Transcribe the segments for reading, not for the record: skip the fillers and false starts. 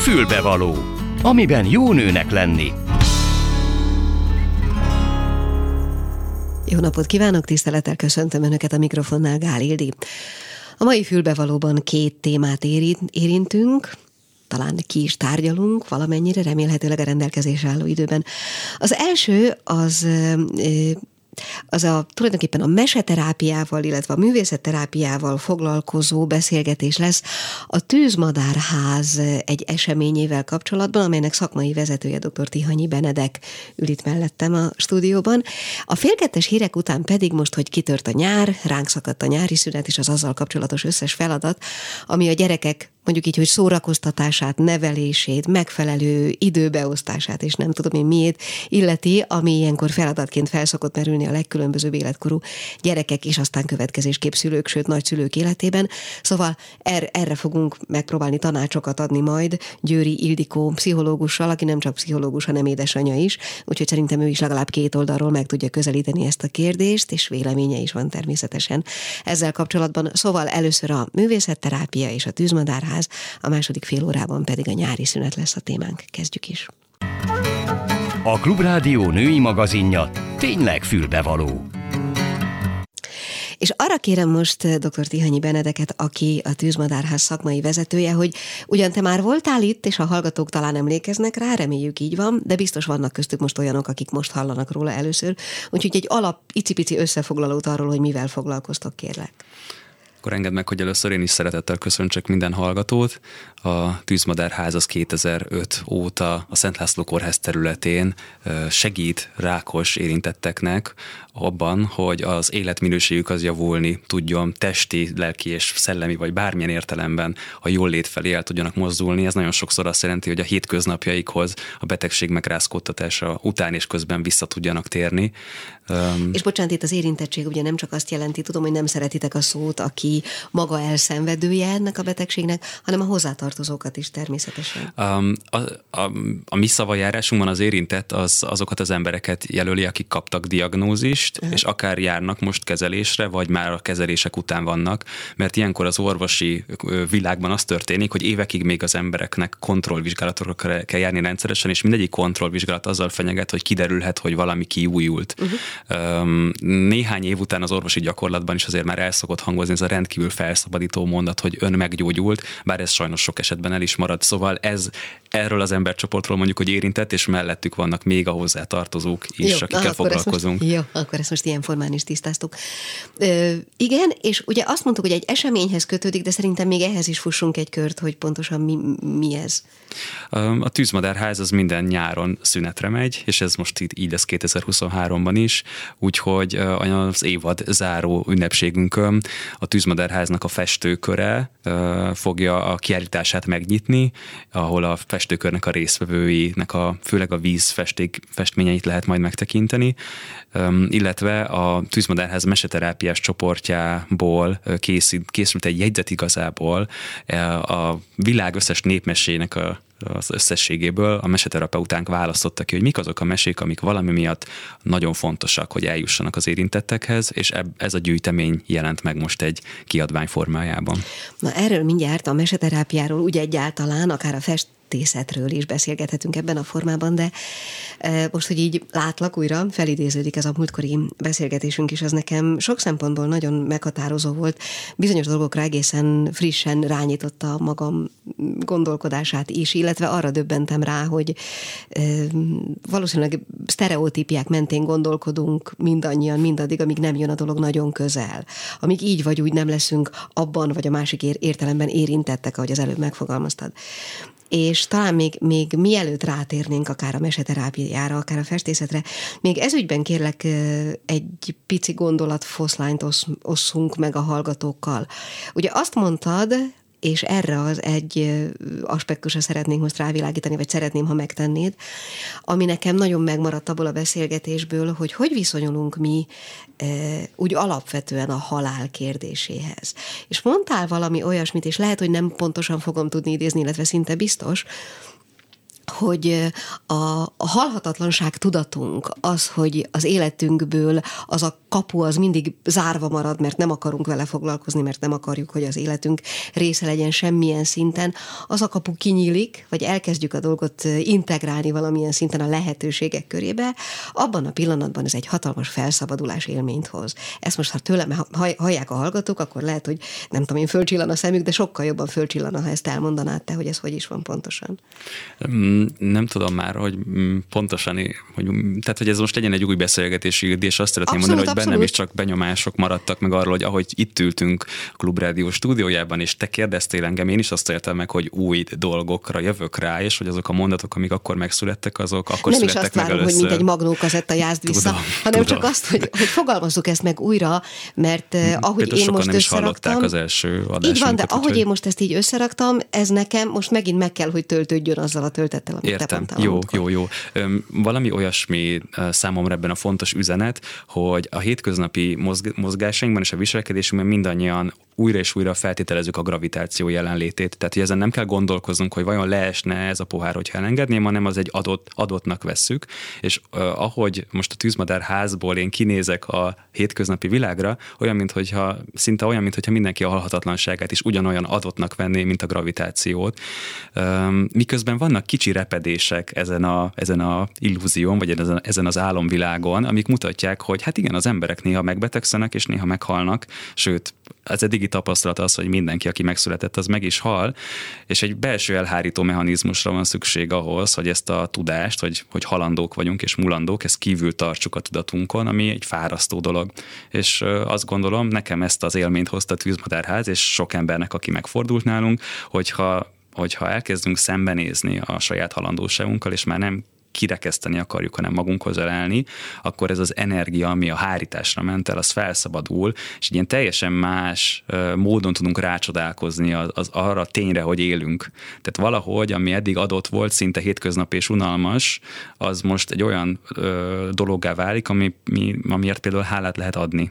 Fülbevaló, amiben jó nőnek lenni. Jó napot kívánok, tisztelettel köszöntöm Önöket, a mikrofonnál Gál Ildi. A mai Fülbevalóban két témát érintünk, talán ki is tárgyalunk valamennyire, remélhetőleg a rendelkezésre álló időben. Az első tulajdonképpen a meseterápiával, illetve a művészetterápiával foglalkozó beszélgetés lesz a Tűzmadárház egy eseményével kapcsolatban, amelynek szakmai vezetője dr. Tihanyi Benedek ül itt mellettem a stúdióban. A fél kettes hírek után pedig most, hogy kitört a nyár, ránk szakadt a nyári szünet és az azzal kapcsolatos összes feladat, ami a gyerekek mondjuk így, hogy szórakoztatását, nevelését, megfelelő időbeosztását, és nem tudom én miért illeti, ami ilyenkor feladatként felszokott merülni a legkülönbözőbb életkorú gyerekek, és aztán következésképp szülők, sőt nagyszülők életében. Szóval erre fogunk megpróbálni tanácsokat adni majd Győri Ildikó pszichológussal, aki nem csak pszichológus, hanem édesanyja is, úgyhogy szerintem ő is legalább két oldalról meg tudja közelíteni ezt a kérdést, és véleménye is van természetesen ezzel kapcsolatban. Szóval először a művészetterápia és a Tűzmadárház, a második fél órában pedig a nyári szünet lesz a témánk. Kezdjük is. A Klubrádió női magazinja tényleg fülbevaló. És arra kérem most dr. Tihanyi Benedeket, aki a Tűzmadárház szakmai vezetője, hogy ugyan te már voltál itt, és a hallgatók talán emlékeznek rá, reméljük így van, de biztos vannak köztük most olyanok, akik most hallanak róla először. Úgyhogy egy icipici összefoglalót arról, hogy mivel foglalkoztok, kérlek. Akkor engedd meg, hogy először én is szeretettel köszöntsek minden hallgatót. A Tűzmadárház az 2005 óta a Szent László Kórház területén segít rákos érintetteknek abban, hogy az életminőségük az javulni tudjon, testi, lelki és szellemi, vagy bármilyen értelemben a jól lét felé el tudjanak mozdulni. Ez nagyon sokszor azt jelenti, hogy a hétköznapjaikhoz, a betegség megrázkódtatása után és közben vissza tudjanak térni. És bocsánat, itt az érintettség ugye nem csak azt jelenti, tudom, hogy nem szeretitek a szót, aki maga elszenvedője ennek a betegségnek, hanem a hozzátartozókat is természetesen. A mi szavajárásunkban az érintett azokat az embereket jelöli, akik kaptak diagnózist, és akár járnak most kezelésre, vagy már a kezelések után vannak, mert ilyenkor az orvosi világban az történik, hogy évekig még az embereknek kontrollvizsgálatokra kell járni rendszeresen, és mindegyik kontrollvizsgálat azzal fenyeget, hogy kiderülhet, hogy valami kiújult. Néhány év után az orvosi gyakorlatban is azért már el szokott hangozni ez a rendkívül felszabadító mondat, hogy ön meggyógyult, bár ez sajnos sok esetben el is marad. Szóval erről az embercsoportról mondjuk, hogy érintett, és mellettük vannak még a hozzátartozók is, akikkel foglalkozunk. Jó, akkor ezt most ilyen formán is tisztáztuk. Igen, és ugye azt mondtuk, hogy egy eseményhez kötődik, de szerintem még ehhez is fussunk egy kört, hogy pontosan mi ez. A Tűzmadárház az minden nyáron szünetre megy, és ez most így lesz 2023-ban is, úgyhogy az évad záró ünnepségünkön a Tűzmadárháznak a festőköre fogja a kiállítását megnyitni, ahol a festőkörnek a résztvevőinek főleg a vízfestményeit lehet majd megtekinteni, illetve a Tűzmadárház meseterápiás csoportjából készült egy jegyzet igazából a világ összes népmesének az összességéből a meseterapeutánk választotta ki, hogy mik azok a mesék, amik valami miatt nagyon fontosak, hogy eljussanak az érintettekhez, és ez a gyűjtemény jelent meg most egy kiadvány formájában. Na erről mindjárt, a meseterápiáról úgy egyáltalán, akár a festészetről is beszélgethetünk ebben a formában, de most, hogy így látlak újra, felidéződik ez a múltkori beszélgetésünk is, az nekem sok szempontból nagyon meghatározó volt. Bizonyos dolgokra egészen frissen rányította a magam gondolkodását is, illetve arra döbbentem rá, hogy valószínűleg sztereotípiák mentén gondolkodunk mindannyian, mindaddig, amíg nem jön a dolog nagyon közel. Amíg így vagy úgy nem leszünk abban, vagy a másik értelemben érintettek, ahogy az előbb megfogalmaztad. És talán még mielőtt rátérnénk akár a meseterápiára, akár a festészetre, még ezügyben kérlek egy pici gondolatfoszlányt osszunk meg a hallgatókkal. Ugye azt mondtad, és erre az egy aspektusra szeretnénk most rávilágítani, vagy szeretném, ha megtennéd, ami nekem nagyon megmaradt abból a beszélgetésből, hogy viszonyulunk mi úgy alapvetően a halál kérdéséhez. És mondtál valami olyasmit, és lehet, hogy nem pontosan fogom tudni idézni, illetve szinte biztos, hogy a halhatatlanság tudatunk, az, hogy az életünkből az a kapu az mindig zárva marad, mert nem akarunk vele foglalkozni, mert nem akarjuk, hogy az életünk része legyen semmilyen szinten, az a kapu kinyílik, vagy elkezdjük a dolgot integrálni valamilyen szinten a lehetőségek körébe, abban a pillanatban ez egy hatalmas felszabadulás élményt hoz. Ezt most, ha tőlem hallják a hallgatók, akkor lehet, hogy nem tudom én, fölcsillan a szemük, de sokkal jobban fölcsillan, ha ezt elmondanád te, hogy ez hogy is van pontosan. Nem tudom már, hogy pontosan, tehát hogy ez most legyen egy új beszélgetési idő, és azt szeretném mondani, hogy bennem is csak benyomások maradtak meg arról, hogy ahogy itt ültünk a Klubrádió stúdiójában, és te kérdeztél engem, én is azt értem meg, hogy új dolgokra jövök rá, és hogy azok a mondatok, amik akkor megszülettek, azok akkor nem születtek meg először. Nem is azt várom, hogy mint egy magnókazetta jázd vissza, hanem csak azt, hogy fogalmazzuk ezt meg újra, mert ahogy én most összeraktam. Az első adásunkat. Így van, de ahogy én most ezt így összeraktam, ez nekem most megint meg kell, hogy töltődjön azzal a töltettel, amit te mondtál. Jó. Valami olyasmi számomra ebben a fontos üzenet, hogy a hétköznapi mozgásainkban és a viselkedésünkben mindannyian újra és újra feltételezzük a gravitáció jelenlétét. Tehát, hogy ezen nem kell gondolkoznunk, hogy vajon leesne ez a pohár, hogyha elengedném, hanem az egy adottnak vesszük. És ahogy most a tűzmadár házból én kinézek a hétköznapi világra, szinte olyan, mintha mindenki a halhatatlanságát is ugyanolyan adottnak venné, mint a gravitációt. Miközben vannak kicsi repedések ezen a illúzión, vagy ezen az álomvilágon, amik mutatják, hogy hát igen, az emberek néha megbetegszenek, és néha meghalnak, sőt, az eddigi tapasztalat az, hogy mindenki, aki megszületett, az meg is hal, és egy belső elhárító mechanizmusra van szükség ahhoz, hogy ezt a tudást, hogy halandók vagyunk és mulandók, ezt kívül tartsuk a tudatunkon, ami egy fárasztó dolog. És azt gondolom, nekem ezt az élményt hozta a tűzmadárház, és sok embernek, aki megfordult nálunk, hogyha elkezdünk szembenézni a saját halandóságunkkal, és már nem kirekeszteni akarjuk, hanem magunkhoz ölelni, akkor ez az energia, ami a hárításra ment el, az felszabadul, és egy ilyen teljesen más módon tudunk rácsodálkozni az arra a tényre, hogy élünk. Tehát valahogy, ami eddig adott volt, szinte hétköznapi és unalmas, az most egy olyan dologgá válik, amiért például hálát lehet adni.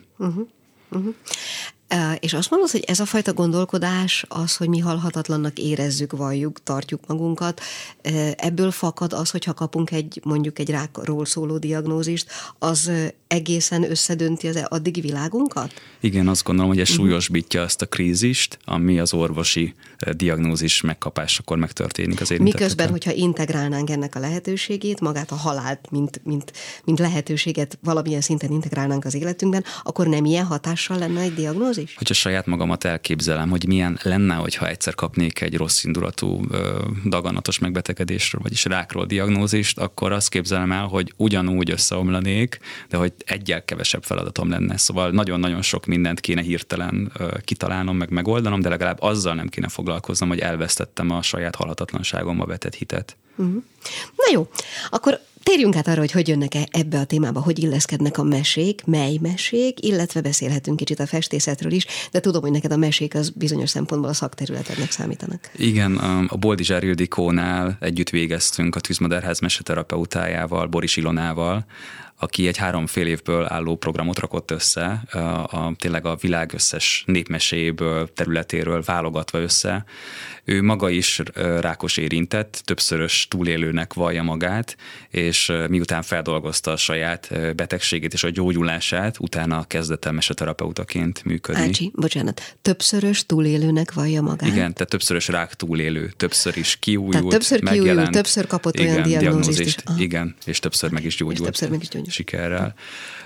És azt mondod, hogy ez a fajta gondolkodás, az, hogy mi halhatatlannak érezzük, valljuk, tartjuk magunkat, ebből fakad az, hogyha kapunk mondjuk egy rákról szóló diagnózist, az egészen összedönti az addigi világunkat? Igen, azt gondolom, hogy ez súlyosbítja azt a krízist, ami az orvosi diagnózis megkapásakor megtörténik az érintettekkel. Miközben, hogyha integrálnánk ennek a lehetőségét, magát a halált, mint lehetőséget valamilyen szinten integrálnánk az életünkben, akkor nem ilyen hatással lenne egy diagnózis? Hogyha saját magamat elképzelem, hogy milyen lenne, hogyha egyszer kapnék egy rossz indulatú daganatos megbetegedésről, vagyis rákról diagnózist, akkor azt képzelem el, hogy ugyanúgy összeomlanék, de hogy egyel kevesebb feladatom lenne. Szóval nagyon-nagyon sok mindent kéne hirtelen kitalálnom, meg megoldanom, de legalább azzal nem kéne foglalkoznom, hogy elvesztettem a saját halhatatlanságomba vetett hitet. Na jó, akkor térjünk át arra, hogy jönnek ebbe a témába, hogy illeszkednek a mesék, mely mesék, illetve beszélhetünk kicsit a festészetről is, de tudom, hogy neked a mesék az bizonyos szempontból a szakterületednek számítanak. Igen, a Boldizsár Ildikónál együtt végeztünk a Tűzmadárház meseterapeutájával, Boris Ilonával, aki egy 3,5 évből álló programot rakott össze, tényleg a világ összes népmeséjéből, területéről válogatva össze. Ő maga is rákos érintett, többszörös túlélőnek vallja magát, és miután feldolgozta a saját betegségét és a gyógyulását, utána kezdett el meseterapeutaként működni. Ácsi, bocsánat, többszörös túlélőnek vallja magát? Igen, tehát többszörös rák túlélő, többször is kiújult, tehát többször kiújult, többször kapott olyan diagnózist is. Igen, és többször meg is gyógyult. Sikerrel.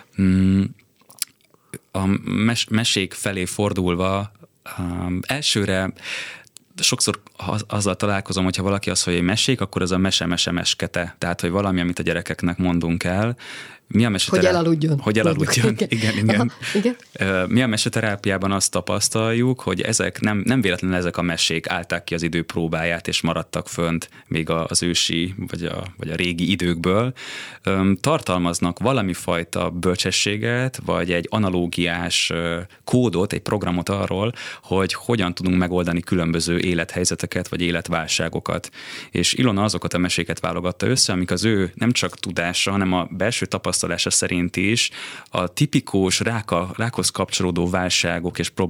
A mesék felé fordulva elsőre sokszor azzal találkozom, hogyha valaki azt mondja, hogy mesék, akkor az a meskete. Tehát, hogy valami, amit a gyerekeknek mondunk el. Mi a hogy elaludjon. Hogy elaludjon. Igen. Aha, igen. Mi a meseterápiában azt tapasztaljuk, hogy ezek nem véletlenül ezek a mesék állták ki az idő próbáját, és maradtak fönt még az ősi, vagy a régi időkből. Tartalmaznak valami fajta bölcsességet, vagy egy analógiás kódot, egy programot arról, hogy hogyan tudunk megoldani különböző élethelyzeteket, vagy életválságokat. És Ilona azokat a meséket válogatta össze, amik az ő nem csak tudása, hanem a belső tapasztalása szerint is a tipikus rákhoz kapcsolódó válságok és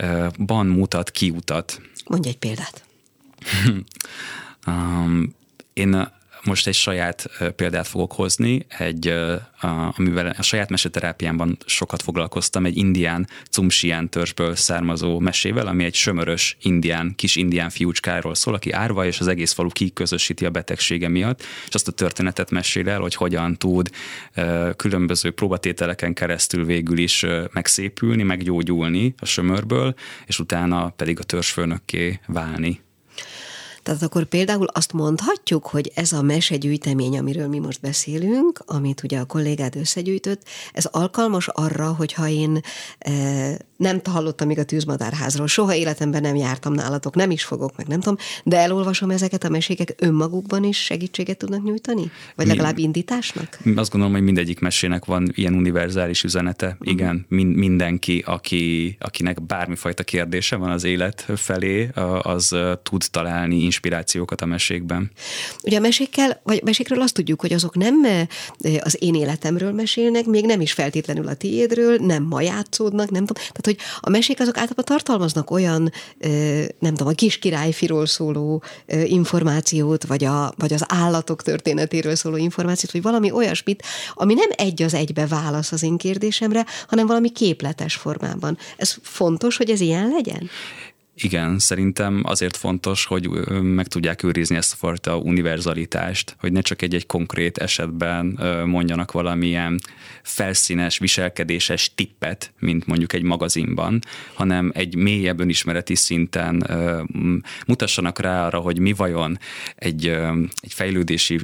problémákban mutat kiutat. Mondj egy példát. Én most egy saját példát fogok hozni, amivel a saját meseterápiámban sokat foglalkoztam, egy indián cumsián törzsből származó mesével, ami egy sömörös kis indián fiúcskáról szól, aki árva, és az egész falu kiközösíti a betegsége miatt, és azt a történetet mesél el, hogy hogyan tud különböző próbatételeken keresztül végül is megszépülni, meggyógyulni a sömörből, és utána pedig a törzsfőnökké válni. Tehát akkor például azt mondhatjuk, hogy ez a mesegyűjtemény, amiről mi most beszélünk, amit ugye a kollégád összegyűjtött, ez alkalmas arra, hogyha én nem hallottam még a Tűzmadárházról, soha életemben nem jártam nálatok, nem is fogok, meg nem tudom, de elolvasom ezeket a meséket, önmagukban is segítséget tudnak nyújtani? Vagy legalább indításnak? Azt gondolom, hogy mindegyik mesének van ilyen univerzális üzenete. Igen, mindenki, akinek bármifajta kérdése van az élet felé, az tud találni inspirációkat a mesékben. Ugye a mesékről azt tudjuk, hogy azok nem az én életemről mesélnek, még nem is feltétlenül a tiédről, nem ma játszódnak, nem tudom. Tehát, hogy a mesék azok általában tartalmaznak olyan, nem tudom, a kis királyfiról szóló információt, vagy az állatok történetéről szóló információt, vagy valami olyasmit, ami nem egy az egybe válasz az én kérdésemre, hanem valami képletes formában. Ez fontos, hogy ez ilyen legyen? Igen, szerintem azért fontos, hogy meg tudják őrizni ezt a fajta univerzalitást, hogy ne csak egy konkrét esetben mondjanak valamilyen felszínes, viselkedéses tippet, mint mondjuk egy magazinban, hanem egy mélyebb önismereti szinten mutassanak rá arra, hogy mi vajon egy fejlődési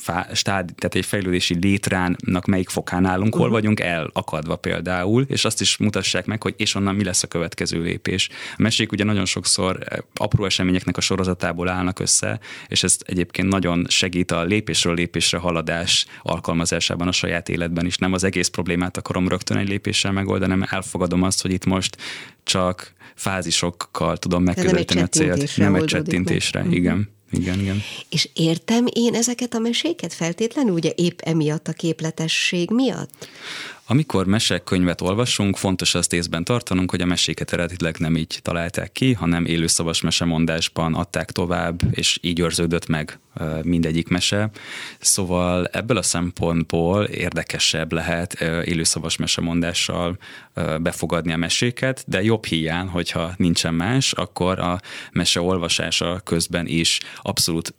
tehát egy fejlődési létránnak melyik fokán állunk, hol vagyunk elakadva például, és azt is mutassák meg, hogy és onnan mi lesz a következő lépés. A mesék ugye nagyon sokszor apró eseményeknek a sorozatából állnak össze, és ez egyébként nagyon segít a lépésről lépésre haladás alkalmazásában a saját életben is. Nem az egész problémát akarom rögtön egy lépéssel megoldani, hanem elfogadom azt, hogy itt most csak fázisokkal tudom megközelíteni a célt. Nem egy csettintésre, igen. Igen. És értem én ezeket a meséket feltétlenül, ugye épp emiatt a képletesség miatt? Amikor mesekönyvet olvasunk, fontos azt észben tartanunk, hogy a meséket eredetileg nem így találták ki, hanem élőszavas mesemondásban adták tovább, és így őrződött meg mindegyik mese. Szóval ebből a szempontból érdekesebb lehet élőszavas mesemondással befogadni a meséket, de jobb hiány, hogyha nincsen más, akkor a mese olvasása közben is abszolút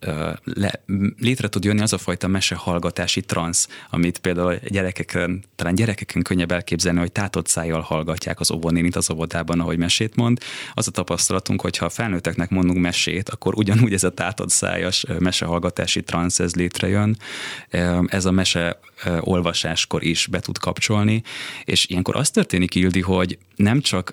létre tud jönni az a fajta mesehallgatási transz, amit például gyerekeken könnyebb elképzelni, hogy tátott szájjal hallgatják az óvónénit az óvodában, ahogy mesét mond. Az a tapasztalatunk, hogy ha a felnőtteknek mondunk mesét, akkor ugyanúgy ez a tátott szájas mesehallgatási transz ez létrejön. Ez a mese olvasáskor is be tud kapcsolni, és ilyenkor az történik, Ildi, hogy nem csak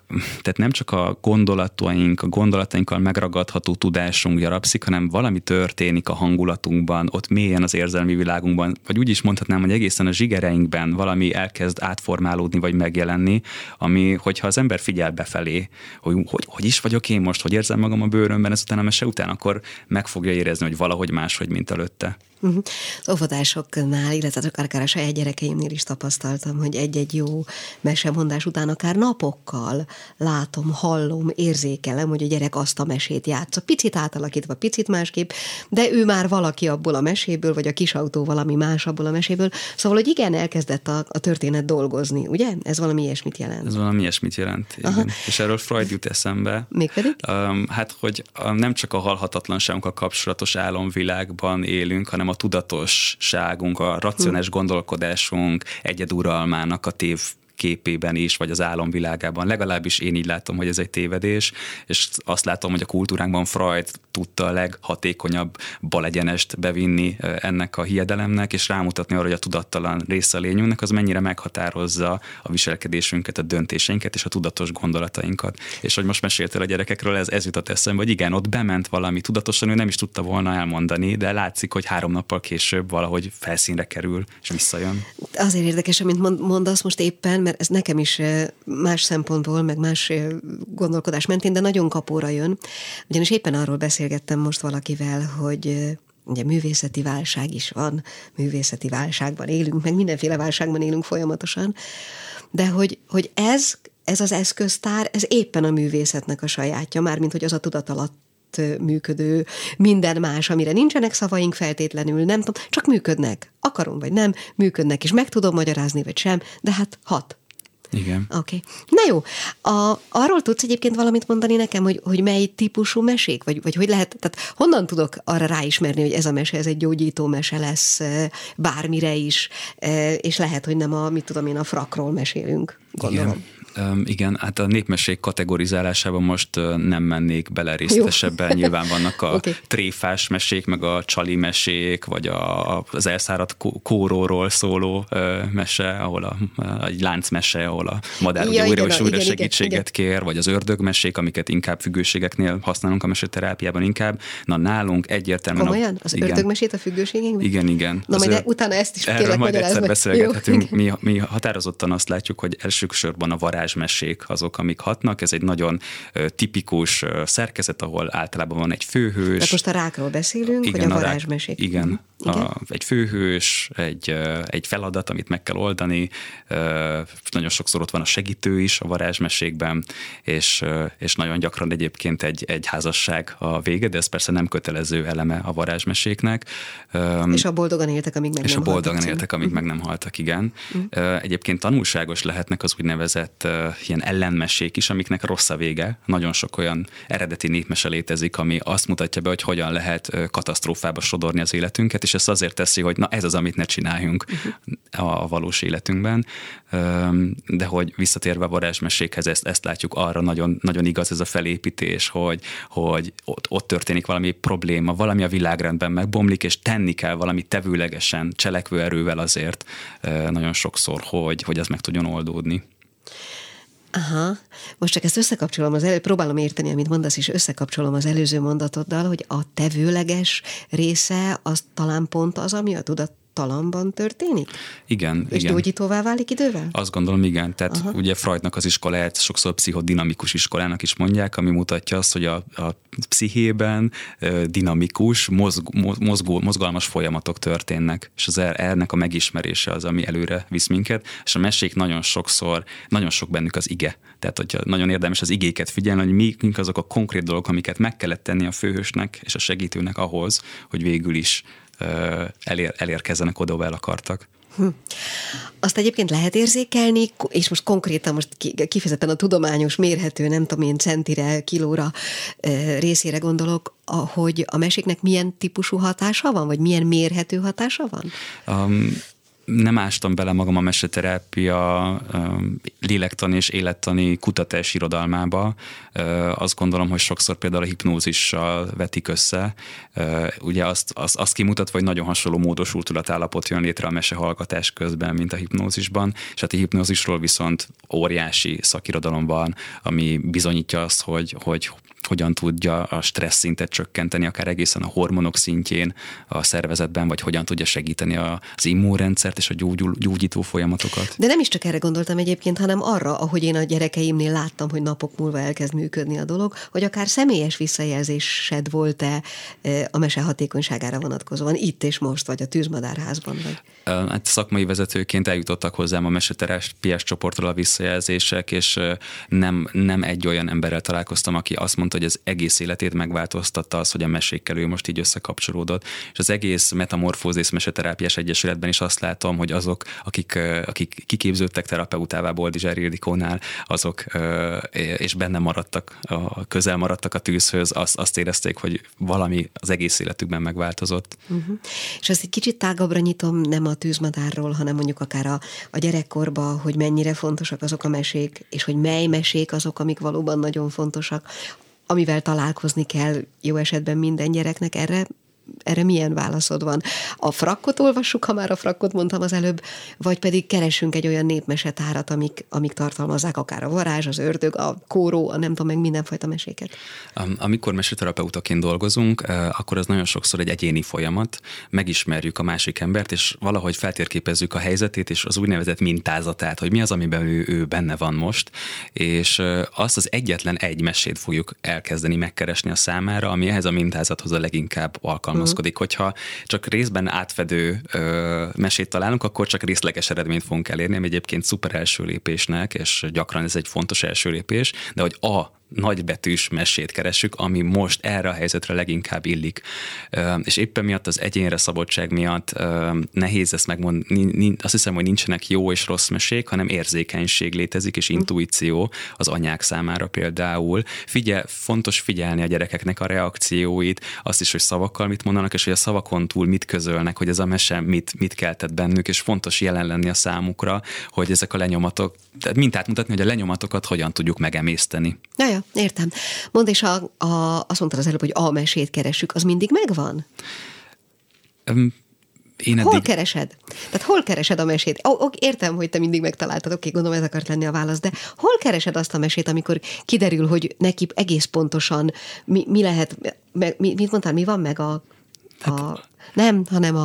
a gondolatainkkal megragadható tudásunk gyarapszik, hanem valami történik a hangulatunkban, ott mélyen az érzelmi világunkban, vagy úgy is mondhatnám, hogy egészen a zsigereinkben valami elkezd átformálódni, vagy megjelenni, ami, hogyha az ember figyel befelé, hogy is vagyok én most, hogy érzem magam a bőrömben ezután a mese után, akkor meg fogja érezni, hogy valahogy máshogy, mint előtte. Az óvodásoknál, illetve akár a saját gyerekeimnél is tapasztaltam, hogy egy-egy jó mesemondás után akár napokkal látom, hallom, érzékelem, hogy a gyerek azt a mesét játsza. Picit átalakítva, picit másképp, de ő már valaki abból a meséből, vagy a kisautó valami más abból a meséből. Szóval, hogy igen, elkezdett a történet dolgozni, ugye? Ez valami ilyesmit jelent. Ez valami ilyesmit jelent, igen. És erről Freud jut eszembe. Mégpedig? Hát, hogy nem csak a halhatatlanságunkkal kapcsolatos álomvilágban élünk, hanem a tudatosságunk, a racionális gondolkodásunk egyeduralmának a képében is, vagy az álomvilágában. Legalábbis én így látom, hogy ez egy tévedés, és azt látom, hogy a kultúránkban Freud tudta a leghatékonyabb balegyenest bevinni ennek a hiedelemnek, és rámutatni arra, hogy a tudattalan része a lényünknek, az mennyire meghatározza a viselkedésünket, a döntéseinket és a tudatos gondolatainkat. És hogy most meséltél a gyerekekről, ez jutott eszembe, hogy igen, ott bement valami tudatosan, ő nem is tudta volna elmondani, de látszik, hogy 3 nappal később valahogy felszínre kerül, és visszajön. Azért érdekes, amit mondasz most éppen, mert ez nekem is más szempontból, meg más gondolkodás mentén, de nagyon kapóra jön. Ugyanis éppen arról beszélgettem most valakivel, hogy ugye művészeti válság is van, művészeti válságban élünk, meg mindenféle válságban élünk folyamatosan, de hogy ez az eszköztár, ez éppen a művészetnek a sajátja, mármint hogy az a tudat alatt mellett működő, minden más, amire nincsenek szavaink feltétlenül, nem tudom, csak működnek. Akarom vagy nem, működnek, és meg tudom magyarázni, vagy sem, de hát hat. Igen. Oké. Na jó, arról tudsz egyébként valamit mondani nekem, hogy mely típusú mesék, vagy hogy lehet, tehát honnan tudok arra ráismerni, hogy ez a mese, ez egy gyógyító mese lesz bármire is, és lehet, hogy nem a frakról mesélünk, gondolom. Igen, hát a népmesék kategorizálásában most nem mennék bele részletesebben. Nyilván vannak a tréfás mesék, meg a csali mesék, vagy az elszáradt kóróról szóló mese, ahol egy láncmese, ahol a madár újra és újra segítséget kér, vagy az ördögmesék, amiket inkább függőségeknél használunk a meseterápiában inkább. Na nálunk egyértelműen... Komolyan? Az ördögmesét a függőségekben? Igen. Na majd utána ezt is kérlek majd magyarázd egyszer beszélgethetünk. Mi határozottan azt látjuk, hogy elsősorban a varázsmesék azok, amik hatnak. Ez egy nagyon tipikus szerkezet, ahol általában van egy főhős. Tehát most a rákról beszélünk, igen, vagy a varázsmesék? Igen. Egy főhős, egy feladat, amit meg kell oldani. Nagyon sokszor ott van a segítő is a varázsmesékben, és nagyon gyakran egyébként egy házasság a vége, de ez persze nem kötelező eleme a varázsmeséknek. És a boldogan éltek, amíg meg nem haltak. És a boldogan éltek, amíg meg nem haltak, igen. Egyébként tanulságos lehetnek az úgynevezett ilyen ellenmesék is, amiknek rossz a vége. Nagyon sok olyan eredeti népmese létezik, ami azt mutatja be, hogy hogyan lehet katasztrófába sodorni az életünket, és ezt azért teszi, hogy na ez az, amit ne csináljunk a valós életünkben. De hogy visszatérve a varázsmesékhez, ezt látjuk, arra nagyon, nagyon igaz ez a felépítés, hogy ott történik valami probléma, valami a világrendben megbomlik, és tenni kell valami tevőlegesen, cselekvő erővel azért nagyon sokszor, hogy ez meg tudjon oldódni. Aha, most csak ezt összekapcsolom próbálom érteni, amit mondasz, és összekapcsolom az előző mondatoddal, hogy a tevőleges része az talán pont az, ami a tudattalamban történik? Igen. És gyógyítóvá válik idővel? Azt gondolom, igen. Tehát ugye Freudnak az iskoláját sokszor pszichodinamikus iskolának is mondják, ami mutatja azt, hogy a pszichében dinamikus, mozgalmas folyamatok történnek, és ennek a megismerése az, ami előre visz minket, és a mesék nagyon sok bennük az ige. Tehát, hogyha nagyon érdemes az igéket figyelni, hogy mik azok a konkrét dolgok, amiket meg kellett tenni a főhősnek és a segítőnek ahhoz, hogy végül is elérkezzenek oda, ahol el akartak. Azt egyébként lehet érzékelni, és most konkrétan most kifejezetten a tudományos, mérhető, nem tudom én, centire, kilóra részére gondolok, hogy a meséknek milyen típusú hatása van, vagy milyen mérhető hatása van? Nem ástam bele magam a meseterápia lélektani és élettani kutatás irodalmába. Azt gondolom, hogy sokszor például a hipnózissal vetik össze. Ugye azt kimutatva, hogy nagyon hasonló módosult állapot jön létre a mesehallgatás közben, mint a hipnózisban, és hát a hipnózisról viszont óriási szakirodalom van, ami bizonyítja azt, hogy hogyan tudja a stressz szintet csökkenteni, akár egészen a hormonok szintjén a szervezetben, vagy hogyan tudja segíteni az immunrendszert és a gyógyító folyamatokat. De nem is csak erre gondoltam egyébként, hanem arra, ahogy én a gyerekeimnél láttam, hogy napok múlva elkezd működni a dolog, hogy akár személyes visszajelzésed volt-e a mese hatékonyságára vonatkozóan itt és most, vagy a Tűzmadárházban? Vagy? Hát szakmai vezetőként eljutottak hozzám a meseterápiás csoportról a visszajelzések, és nem egy olyan emberrel találkoztam, aki azt mondta, hogy az egész életét megváltoztatta az, hogy a mesékkel ő most így összekapcsolódott. És az egész Metamorfózis Meseterápiás Egyesületben is azt látom, hogy azok, akik kiképződtek terapeutává Boldizsár Ildikónál, azok és benne maradtak, közel maradtak a tűzhöz, azt érezték, hogy valami az egész életükben megváltozott. És azt egy kicsit tágabbra nyitom, nem a tűzmadárról, hanem mondjuk akár a gyerekkorba, hogy mennyire fontosak azok a mesék, és hogy mely mesék azok, amik valóban nagyon fontosak, amivel találkozni kell jó esetben minden gyereknek. Erre milyen válaszod van? A frakkot olvassuk, ha már a frakkot mondtam az előbb, vagy pedig keresünk egy olyan népmesetárat, amik tartalmazzák akár a varázs, az ördög, a kóró, a nem tudom meg mindenfajta meséket. Amikor meseterapeutaként dolgozunk, akkor az nagyon sokszor egy egyéni folyamat, megismerjük a másik embert, és valahogy feltérképezzük a helyzetét, és az úgynevezett mintázatát, hogy mi az, amiben ő benne van most, és azt az egyetlen egy mesét fogjuk elkezdeni megkeresni a számára, ami ehhez a mintázathoz a leginkább alkalmazkodik. Hogyha csak részben átfedő mesét találunk, akkor csak részleges eredményt fogunk elérni, ami egyébként szuper első lépésnek, és gyakran ez egy fontos első lépés, de hogy nagybetűs mesét keressük, ami most erre a helyzetre leginkább illik. És éppen miatt az egyénre szabadság miatt nehéz ezt megmondani, azt hiszem, hogy nincsenek jó és rossz mesék, hanem érzékenység létezik, és intuíció az anyák számára például. Fontos figyelni a gyerekeknek a reakcióit, azt is, hogy szavakkal mit mondanak, és hogy a szavakon túl mit közölnek, hogy ez a mese mit keltett bennük, és fontos jelen lenni a számukra, hogy ezek a lenyomatok, tehát mintát mutatni, hogy a lenyomatokat hogyan tudjuk megemészteni. Ja, értem. Mondd, és azt mondtad az előbb, hogy a mesét keressük, az mindig megvan? Hol keresed? Tehát hol keresed a mesét? Értem, hogy te mindig megtaláltad, gondolom ez akart lenni a válasz, de hol keresed azt a mesét, amikor kiderül, hogy neki egész pontosan mi lehet, mit mondtál, mi van meg nem, hanem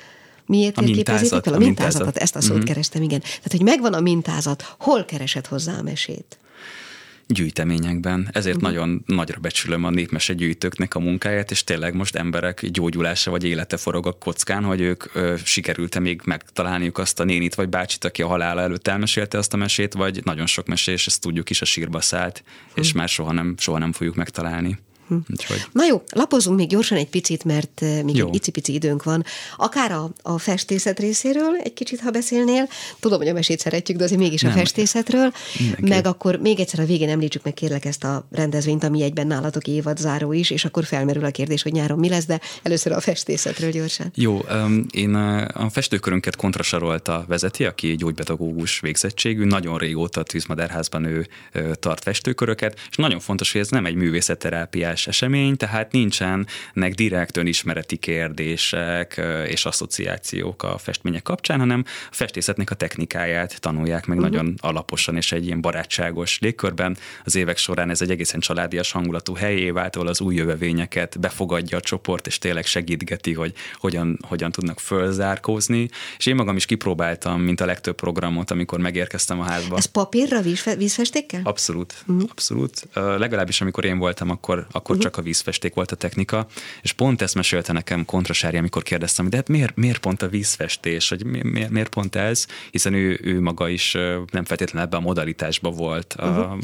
miért térképezzétek fel? A mintázatot, ezt a szót kerestem, igen. Tehát, hogy megvan a mintázat, hol keresed hozzá a mesét? Gyűjteményekben. Ezért nagyon nagyra becsülöm a népmese gyűjtőknek a munkáját, és tényleg most emberek gyógyulása vagy élete forog a kockán, hogy ők sikerült-e még megtalálniuk azt a nénit vagy bácsit, aki a halála előtt elmesélte azt a mesét, vagy nagyon sok mesés, ezt tudjuk is, a sírba szállt, és már soha nem fogjuk megtalálni. Úgyhogy. Na jó, lapozzunk még gyorsan egy picit, mert még egy icipici időnk van. Akár a festészet részéről egy kicsit, ha beszélnél. Tudom, hogy a mesét szeretjük, de azért mégis a festészetről. Mindenki. Meg akkor még egyszer a végén említsük meg kérlek ezt a rendezvényt, ami egyben nálatok évadzáró is, és akkor felmerül a kérdés, hogy nyáron mi lesz, de először a festészetről gyorsan. Jó, én a festőkörünket Kontra Sarolta vezeti, aki gyógypedagógus végzettségű, nagyon régóta a Tűzmadárházban ő tart festőköröket, és nagyon fontos, hogy ez nem egy művészetterápiás esemény, tehát nincsenek direkt önismereti kérdések és asszociációk a festmények kapcsán, hanem a festészetnek a technikáját tanulják meg nagyon alaposan, és egy ilyen barátságos légkörben. Az évek során ez egy egészen családias hangulatú helyé vált, ahol az új jövevényeket befogadja a csoport, és tényleg segítgeti, hogy hogyan tudnak fölzárkózni. És én magam is kipróbáltam, mint a legtöbb programot, amikor megérkeztem a házba. Ez papírra, vízfestékkel? Abszolút, abszolút. Legalábbis amikor én voltam, akkor csak a vízfesték volt a technika, és pont ezt mesélte nekem Kontra Sári, amikor kérdeztem, de hát miért pont a vízfestés, hogy miért pont ez, hiszen ő maga is nem feltétlenül ebben a modalitásban volt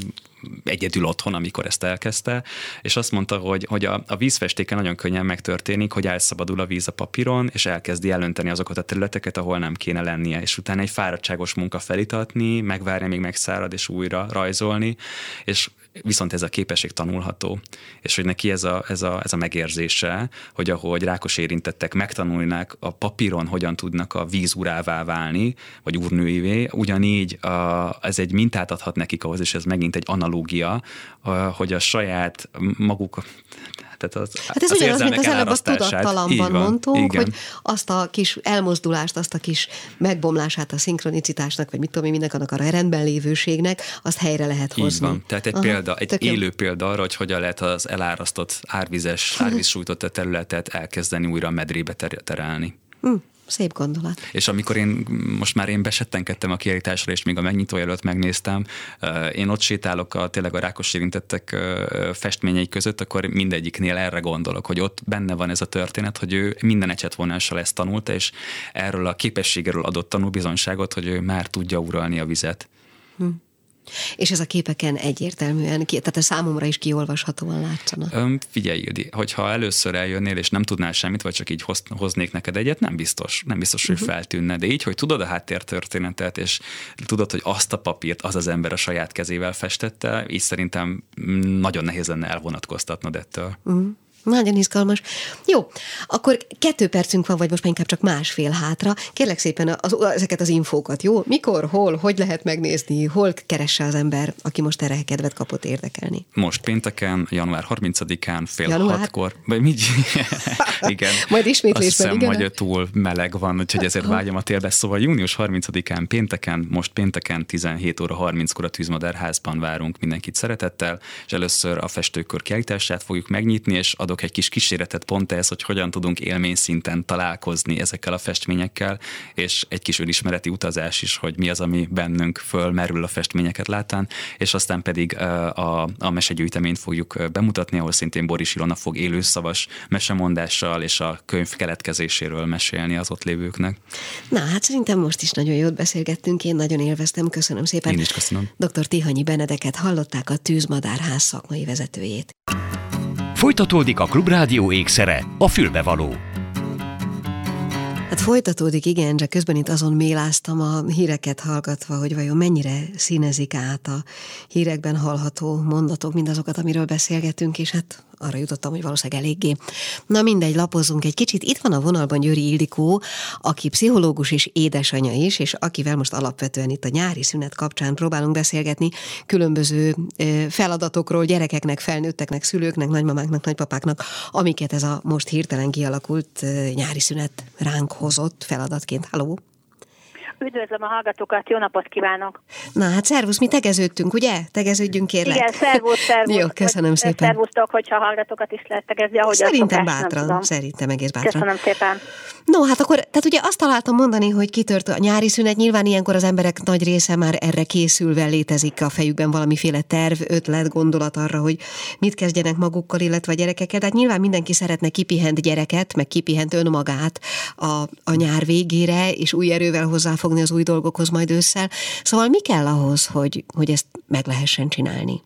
egyedül otthon, amikor ezt elkezdte, és azt mondta, hogy a vízfestéken nagyon könnyen megtörténik, hogy elszabadul a víz a papíron, és elkezdi elönteni azokat a területeket, ahol nem kéne lennie, és utána egy fáradtságos munka felitatni, megvárni, még megszárad, és újra rajzolni, és viszont ez a képesség tanulható, és hogy neki ez a megérzése, hogy ahogy rákos érintettek megtanulnák a papíron, hogyan tudnak a víz urává válni, vagy úrnőivé, ugyanígy ez egy mintát adhat nekik ahhoz, és ez megint egy analógia, hogy a saját maguk... Tehát ez ugyanaz, mint az előbb a tudattalamban mondtunk, igen. Hogy azt a kis elmozdulást, azt a kis megbomlását a szinkronicitásnak, vagy mit tudom én, mindenek annak a rendben lévőségnek, azt helyre lehet hozni. Így van. Tehát egy élő példa arra, hogy hogyan lehet az elárasztott árvízsújtott területet elkezdeni újra a medrébe terelni. Szép gondolat. És amikor most már én besettenkedtem a kiállításra, és még a megnyitó előtt megnéztem, én ott sétálok tényleg a rákos érintettek festményei között, akkor mindegyiknél erre gondolok, hogy ott benne van ez a történet, hogy ő minden ecsetvonással ezt tanulta, és erről a képességéről adott tanúbizonyságot, hogy ő már tudja uralni a vizet. És ez a képeken egyértelműen, tehát a számomra is kiolvashatóan látszana. Figyelj, Ildi, hogyha először eljönnél, és nem tudnál semmit, vagy csak így hoznék neked egyet, nem biztos, hogy feltűnne. De így, hogy tudod a háttértörténetet, és tudod, hogy azt a papírt az ember a saját kezével festette, így szerintem nagyon nehéz lenne elvonatkoztatnod ettől. Nagyon izgalmas. Jó, akkor 2 percünk van, vagy most már inkább csak 1,5 hátra. Kérlek szépen ezeket az infókat, jó? Mikor, hol, hogy lehet megnézni, hol keresse az ember, aki most erre kedvet kapott érdekelni? Most pénteken, január 30-án, fél 6-kor. Vagy mi? Igen. Majd ismétlésben, igen. Azt hiszem, hogy túl meleg van, úgyhogy ezért vágyom a térbe. Szóval június 30-án pénteken 17 óra 30-kor a Tűzmadárházban várunk mindenkit szeretettel, és először a festőkör kiállítását fogjuk megnyitni, és adok egy kis kísérletet pont ehhez, hogy hogyan tudunk élményszinten találkozni ezekkel a festményekkel, és egy kis önismereti utazás is, hogy mi az, ami bennünk fölmerül a festményeket látán, és aztán pedig a mesegyűjteményt fogjuk bemutatni, ahol szintén Boris Ilona fog élőszavas mesemondással és a könyv keletkezéséről mesélni az ott lévőknek. Na, hát szerintem most is nagyon jót beszélgettünk, én nagyon élveztem, köszönöm szépen. Én is köszönöm. Dr. Tihanyi Benedeket hallották, a Tűzmadárház szakmai vezetőjét. Folytatódik a Klubrádió ékszere, a fülbevaló. Hát folytatódik, igen, de közben itt azon méláztam a híreket hallgatva, hogy vajon mennyire színezik át a hírekben hallható mondatok, mindazokat, amiről beszélgetünk, és hát arra jutottam, hogy valószínűleg eléggé. Na mindegy, lapozzunk egy kicsit. Itt van a vonalban Győri Ildikó, aki pszichológus és édesanyja is, és akivel most alapvetően itt a nyári szünet kapcsán próbálunk beszélgetni különböző feladatokról, gyerekeknek, felnőtteknek, szülőknek, nagymamáknak, nagypapáknak, amiket ez a most hirtelen kialakult nyári szünet ránk hozott feladatként. Halló! Üdvözlöm a hallgatókat, jó napot kívánok! Na hát szervusz, mi tegeződtünk, ugye? Tegeződjünk, kérlek. Igen, szervusz. Jó, köszönöm szépen. Szervusztok, hogyha a hallgatókat is lehet tegezni, ahogy szerintem bátran, szerintem egész bátran. Köszönöm szépen. No, hát akkor, tehát ugye azt találtam mondani, hogy kitört a nyári szünet, nyilván ilyenkor az emberek nagy része már erre készülve létezik a fejükben valamiféle terv, ötlet, gondolat arra, hogy mit kezdjenek magukkal, illetve a gyerekekkel. Tehát nyilván mindenki szeretne kipihent gyereket, meg kipihent önmagát a nyár végére, és új erővel hozzáfogni az új dolgokhoz majd ősszel. Szóval mi kell ahhoz, hogy ezt meg lehessen csinálni?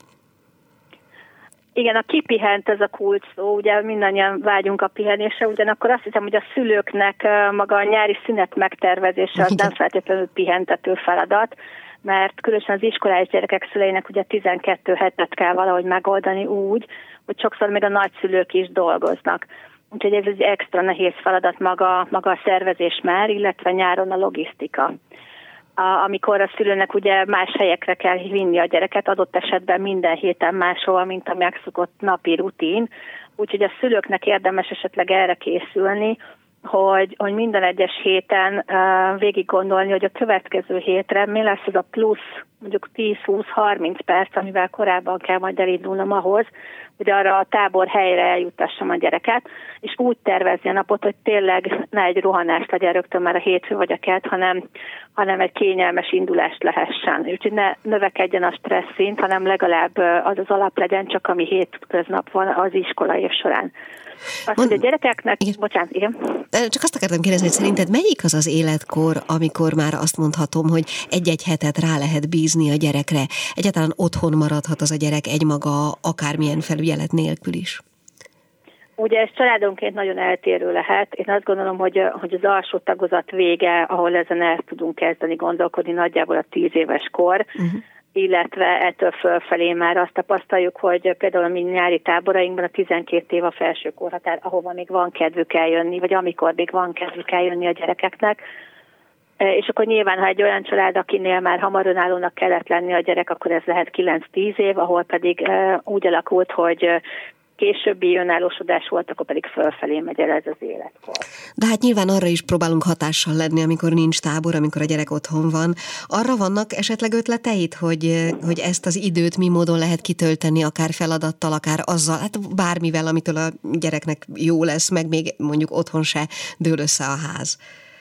Igen, a kipihent ez a kulcs szó, ugye mindannyian vágyunk a pihenésre, ugyanakkor azt hiszem, hogy a szülőknek maga a nyári szünet megtervezése az nem feltétlenül pihentető feladat, mert különösen az iskolás gyerekek szüleinek ugye 12 hetet kell valahogy megoldani úgy, hogy sokszor még a nagyszülők is dolgoznak. Úgyhogy ez egy extra nehéz feladat maga a szervezés már, illetve nyáron a logisztika. Amikor a szülőnek ugye más helyekre kell vinni a gyereket, adott esetben minden héten máshol, mint a megszokott napi rutin. Úgyhogy a szülőknek érdemes esetleg erre készülni, hogy minden egyes héten végig gondolni, hogy a következő hétre mi lesz az a plusz, mondjuk 10-20-30 perc, amivel korábban kell majd elindulnom ahhoz, hogy arra a tábor helyre eljutassam a gyereket, és úgy tervezni a napot, hogy tényleg ne egy rohanás legyen rögtön már a hétfő vagy a kedd, hanem egy kényelmes indulást lehessen. Úgyhogy ne növekedjen a stressz szint, hanem legalább az az alap legyen, csak ami hétköznap van az iskola év során. Azt, hogy a gyerekeknek... Igen. Csak azt akartam kérdezni, hogy szerinted melyik az az életkor, amikor már azt mondhatom, hogy egy-egy hetet rá lehet bízni a gyerekre? Egyáltalán otthon maradhat az a gyerek egymaga, akármilyen felügyelet nélkül is? Ugye ez családonként nagyon eltérő lehet. Én azt gondolom, hogy az alsó tagozat vége, ahol ezen el tudunk kezdeni gondolkodni, nagyjából a 10 éves kor, illetve ettől fölfelé már azt tapasztaljuk, hogy például a mi nyári táborainkban a 12 év a felső korhatár, ahova még van kedvük eljönni, vagy amikor még van kedvük eljönni a gyerekeknek. És akkor nyilván, ha egy olyan család, akinél már hamar önállónak kellett lenni a gyerek, akkor ez lehet 9-10 év, ahol pedig úgy alakult, hogy későbbi önállósodás volt, akkor pedig fölfelé megy el ez az életkor. De hát nyilván arra is próbálunk hatással lenni, amikor nincs tábor, amikor a gyerek otthon van. Arra vannak esetleg ötleteid, hogy ezt az időt mi módon lehet kitölteni, akár feladattal, akár azzal, hát bármivel, amitől a gyereknek jó lesz, meg még mondjuk otthon se dől össze a ház.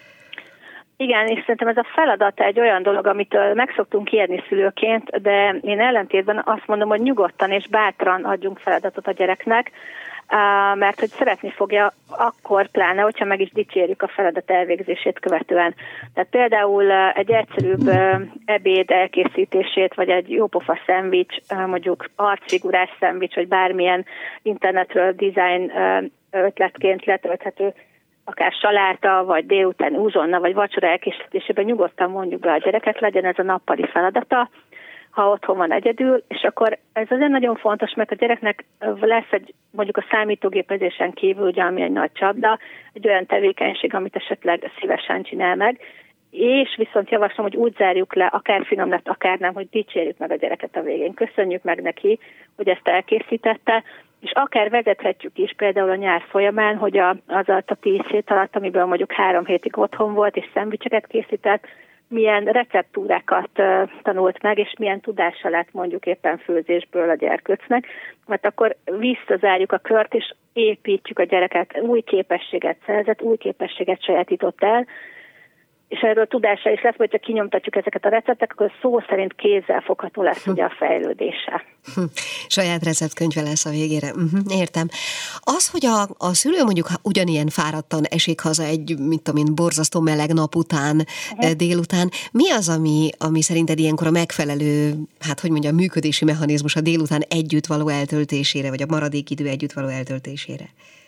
Igen, és szerintem ez a feladat egy olyan dolog, amitől meg szoktunk ijedni szülőként, de én ellentétben azt mondom, hogy nyugodtan és bátran adjunk feladatot a gyereknek, mert hogy szeretni fogja akkor pláne, hogyha meg is dicsérjük a feladat elvégzését követően. Tehát például egy egyszerűbb ebéd elkészítését, vagy egy jópofa szendvics, mondjuk arcfigurás szendvics, vagy bármilyen internetről design ötletként letölthető, akár saláta, vagy délután uzsonna, vagy vacsora elkészítésében nyugodtan mondjuk be a gyereket, legyen ez a nappali feladata, ha otthon van egyedül, és akkor ez azért nagyon fontos, mert a gyereknek lesz mondjuk a számítógépezésen kívül, ugye, ami egy nagy csapda, egy olyan tevékenység, amit esetleg szívesen csinál meg, és viszont javaslom, hogy úgy zárjuk le, akár finom lett, akár nem, hogy dicsérjük meg a gyereket a végén. Köszönjük meg neki, hogy ezt elkészítette, és akár vezethetjük is például a nyár folyamán, hogy az alatt a 10 hét alatt, amiből mondjuk 3 hétig otthon volt, és szendvicseket készített, milyen receptúrákat tanult meg, és milyen tudása lett mondjuk éppen főzésből a gyerkőcnek, mert akkor visszazárjuk a kört, és építjük a gyereket, új képességet szerzett, új képességet sajátított el, és erről tudása is lesz, hogyha kinyomtatjuk ezeket a receptek, akkor szó szerint kézzelfogható lesz ugye a fejlődése. Saját receptkönyve lesz a végére. Értem. Az, hogy a szülő mondjuk ugyanilyen fáradtan esik haza egy, mit tudom én, borzasztó meleg nap után, délután, mi az, ami szerinted ilyenkor a megfelelő, működési mechanizmus a délután együtt való eltöltésére, vagy a maradék idő együtt való eltöltésére?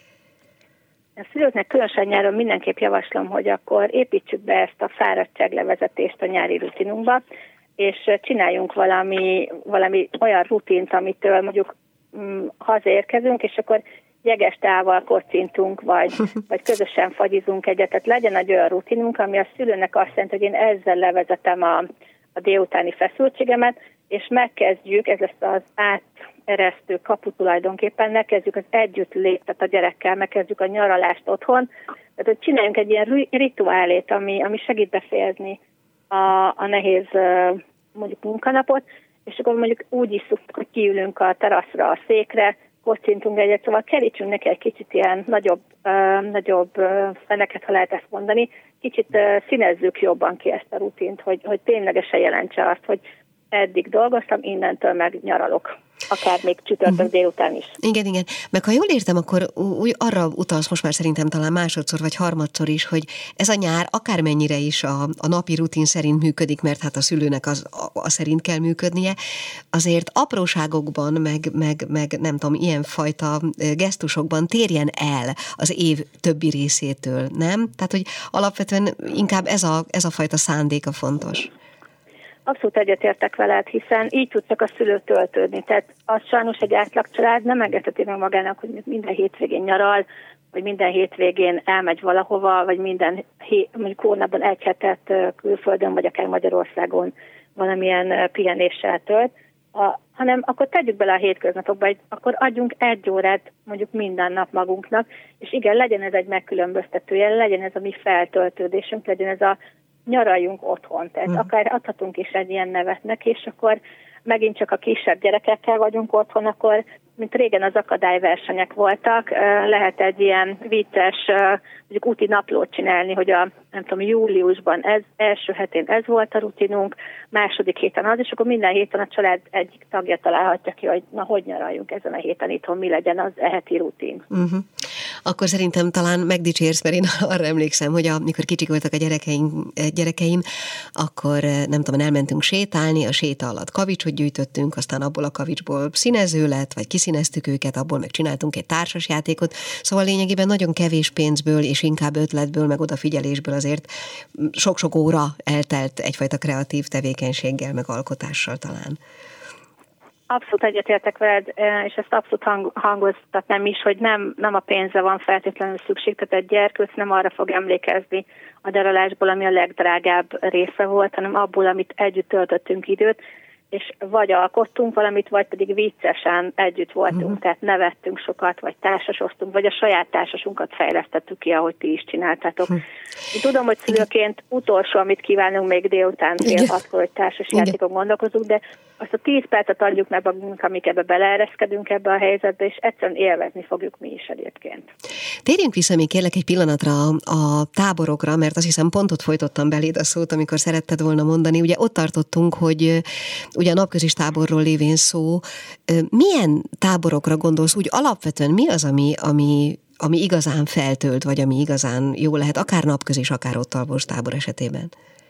A szülőknek különösen nyáron mindenképp javaslom, hogy akkor építsük be ezt a fáradtságlevezetést a nyári rutinunkba, és csináljunk valami olyan rutint, amitől mondjuk hazaérkezünk, és akkor jeges tával kocintunk, vagy közösen fagyizunk egyet. Tehát legyen egy olyan rutinunk, ami a szülőnek azt jelenti, hogy én ezzel levezetem a délutáni feszültségemet, és megkezdjük, ez lesz az áteresztő kapu tulajdonképpen, megkezdjük az együttlét, a gyerekkel, megkezdjük a nyaralást otthon, tehát hogy csináljunk egy ilyen rituálét, ami segít befejezni a nehéz mondjuk munkanapot, és akkor mondjuk úgy is szoktuk, hogy kiülünk a teraszra, a székre, kocintunk egyet, szóval kerítsünk neki egy kicsit ilyen nagyobb feneket, ha lehet ezt mondani, kicsit színezzük jobban ki ezt a rutint, hogy ténylegesen jelentse azt, hogy eddig dolgoztam, innentől meg nyaralok. Akár még csütörtök délután is. Igen. Meg ha jól értem, akkor úgy arra utalsz most már szerintem talán másodszor vagy harmadszor is, hogy ez a nyár akármennyire is a napi rutin szerint működik, mert hát a szülőnek az szerint kell működnie, azért apróságokban, meg nem tudom, ilyenfajta gesztusokban térjen el az év többi részétől, nem? Tehát, hogy alapvetően inkább ez a fajta szándéka fontos. Abszolút egyetértek veled, hiszen így tud csak a szülő töltődni. Tehát az sajnos egy átlagcsalád nem engedheti meg magának, hogy minden hétvégén nyaral, vagy minden hétvégén elmegy valahova, vagy mondjuk hónapban egy hetet külföldön, vagy akár Magyarországon valamilyen pihenéssel tölt, hanem akkor tegyük bele a hétköznapokba, akkor adjunk 1 órát mondjuk minden nap magunknak, és igen, legyen ez egy megkülönböztetője, legyen ez a mi feltöltődésünk, legyen ez a nyaraljunk otthon. Tehát akár adhatunk is egy ilyen nevet neki, és akkor megint csak a kisebb gyerekekkel vagyunk otthon, akkor mint régen az akadályversenyek voltak, lehet egy ilyen vicces mondjuk úti naplót csinálni, hogy nem tudom, júliusban első hetén ez volt a rutinunk, második héten az, és akkor minden héten a család egyik tagja találhatja ki, hogy na, hogy nyaraljunk ezen a héten itthon, mi legyen az heti rutin. Akkor szerintem talán megdicsérsz, mert én arra emlékszem, hogy amikor kicsik voltak a gyerekeim, akkor nem tudom, elmentünk sétálni, a séta alatt kavicsot gyűjtöttünk, aztán abból a kavicsból színező lett, vagy kiszíneztük őket, abból meg csináltunk egy társasjátékot, szóval lényegében nagyon kevés pénzből, és inkább ötletből, meg odafigyelésből azért sok-sok óra eltelt egyfajta kreatív tevékenységgel, meg alkotással talán. Abszolút egyetértek veled, és ezt abszolút hangoztatnám is, hogy nem a pénzre van feltétlenül szükség, tehát egy gyerkőc nem arra fog emlékezni a nyaralásból, ami a legdrágább része volt, hanem abból, amit együtt töltöttünk időt, és vagy alkottunk valamit, vagy pedig viccesen együtt voltunk, tehát nevettünk sokat, vagy társasoztunk, vagy a saját társasunkat fejlesztettük ki, ahogy ti is csináltátok. Én tudom, hogy szülőként utolsó, amit kívánunk még délután fél 6-kor, hogy társasjátékon gondolkozunk, de azt a 10 percet adjuk meg magunknak, amik ebbe beleereszkedünk ebbe a helyzetbe, és egyszerűen élvezni fogjuk mi is egyébként. Térjünk vissza még kérlek egy pillanatra a táborokra, mert azt hiszem pont ott folytottam beléd a szót, amikor szeretted volna mondani. Ugye ott tartottunk, hogy ugye a napközis táborról lévén szó. Milyen táborokra gondolsz? Úgy alapvetően mi az, ami igazán feltölt, vagy ami igazán jó lehet, akár napközis, akár ott alvós tábor esetében?